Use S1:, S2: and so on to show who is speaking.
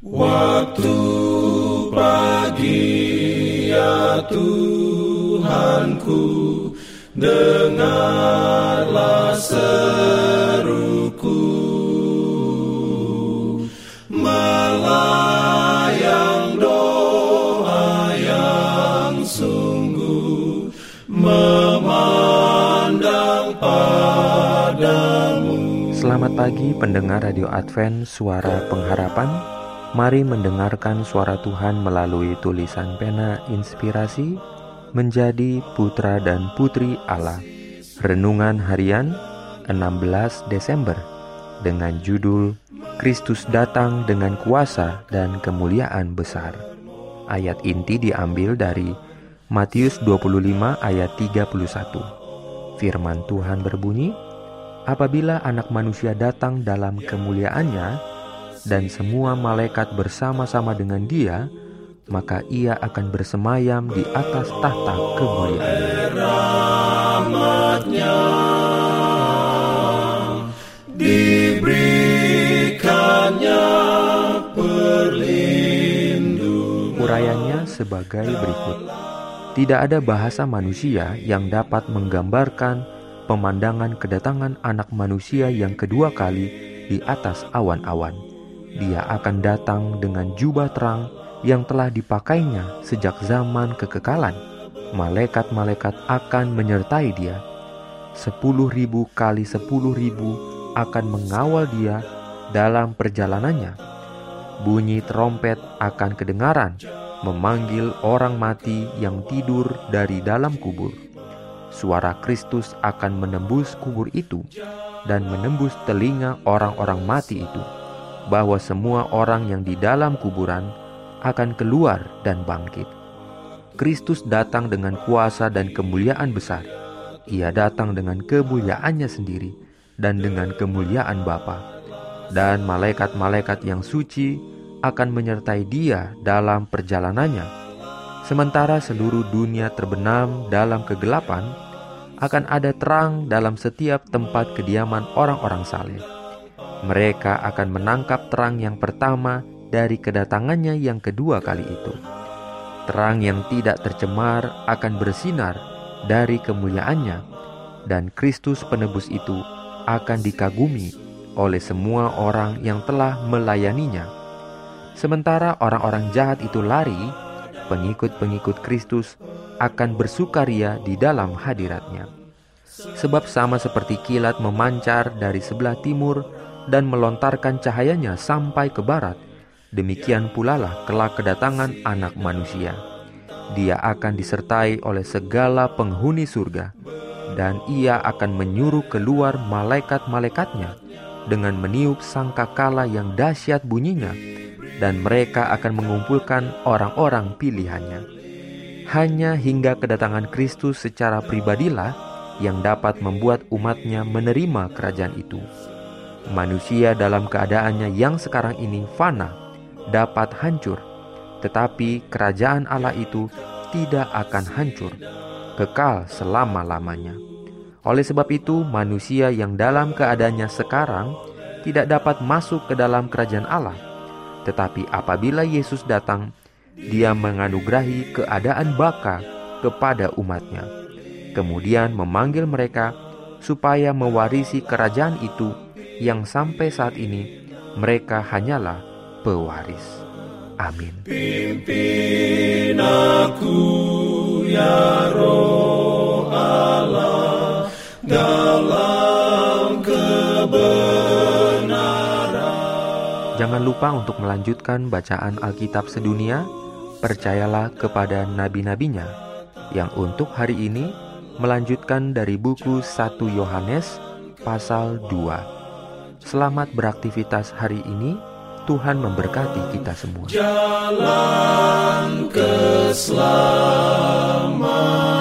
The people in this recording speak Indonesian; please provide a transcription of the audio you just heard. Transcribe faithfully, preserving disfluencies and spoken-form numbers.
S1: Waktu pagi ya Tuhanku, dengarlah seruku, melayang doa yang sungguh, memandang padamu.
S2: Selamat pagi pendengar Radio Advent Suara Pengharapan. Mari mendengarkan suara Tuhan melalui tulisan pena inspirasi menjadi putra dan putri Allah. Renungan harian enam belas Desember dengan judul Kristus datang dengan kuasa dan kemuliaan besar. Ayat inti diambil dari Matius dua puluh lima ayat tiga puluh satu. Firman Tuhan berbunyi, apabila Anak Manusia datang dalam kemuliaannya dan semua malaikat bersama-sama dengan Dia, maka Ia akan bersemayam di atas tahta kemuliaan.
S1: Rahmatnya diberikannya perlindungan.
S2: Urayanya sebagai berikut. Tidak ada bahasa manusia yang dapat menggambarkan pemandangan kedatangan Anak Manusia yang kedua kali di atas awan-awan. Dia akan datang dengan jubah terang yang telah dipakainya sejak zaman kekekalan. Malaikat-malaikat akan menyertai dia. Sepuluh ribu kali sepuluh ribu akan mengawal dia dalam perjalanannya. Bunyi trompet akan kedengaran, memanggil orang mati yang tidur dari dalam kubur. Suara Kristus akan menembus kubur itu dan menembus telinga orang-orang mati itu, bahwa semua orang yang di dalam kuburan akan keluar dan bangkit. Kristus datang dengan kuasa dan kemuliaan besar. Ia datang dengan kemuliaannya sendiri dan dengan kemuliaan Bapa. Dan malaikat-malaikat yang suci akan menyertai Dia dalam perjalanannya. Sementara seluruh dunia terbenam dalam kegelapan, akan ada terang dalam setiap tempat kediaman orang-orang saleh. Mereka akan menangkap terang yang pertama dari kedatangannya yang kedua kali itu. Terang yang tidak tercemar akan bersinar dari kemuliaannya, dan Kristus penebus itu akan dikagumi oleh semua orang yang telah melayaninya. Sementara orang-orang jahat itu lari, pengikut-pengikut Kristus akan bersukaria di dalam hadiratnya. Sebab sama seperti kilat memancar dari sebelah timur dan melontarkan cahayanya sampai ke barat, demikian pula lah kelak kedatangan Anak Manusia. Dia akan disertai oleh segala penghuni surga, dan Ia akan menyuruh keluar malaikat-malaikatnya dengan meniup sangkakala yang dahsyat bunyinya, dan mereka akan mengumpulkan orang-orang pilihannya. Hanya hingga kedatangan Kristus secara pribadilah yang dapat membuat umatnya menerima kerajaan itu. Manusia dalam keadaannya yang sekarang ini fana, dapat hancur, tetapi kerajaan Allah itu tidak akan hancur, kekal selama-lamanya. Oleh sebab itu, manusia yang dalam keadaannya sekarang tidak dapat masuk ke dalam kerajaan Allah. Tetapi apabila Yesus datang, Dia menganugerahi keadaan baka kepada umatnya, kemudian memanggil mereka supaya mewarisi kerajaan itu yang sampai saat ini mereka hanyalah pewaris. Amin.
S1: Pimpin aku ya Roh Allah dalam kebenaran.
S2: Jangan lupa untuk melanjutkan bacaan Alkitab sedunia. Percayalah kepada nabi-nabinya, yang untuk hari ini melanjutkan dari buku satu Yohanes pasal dua. Selamat beraktivitas hari ini. Tuhan memberkati kita semua.
S1: Jalan keselamatan.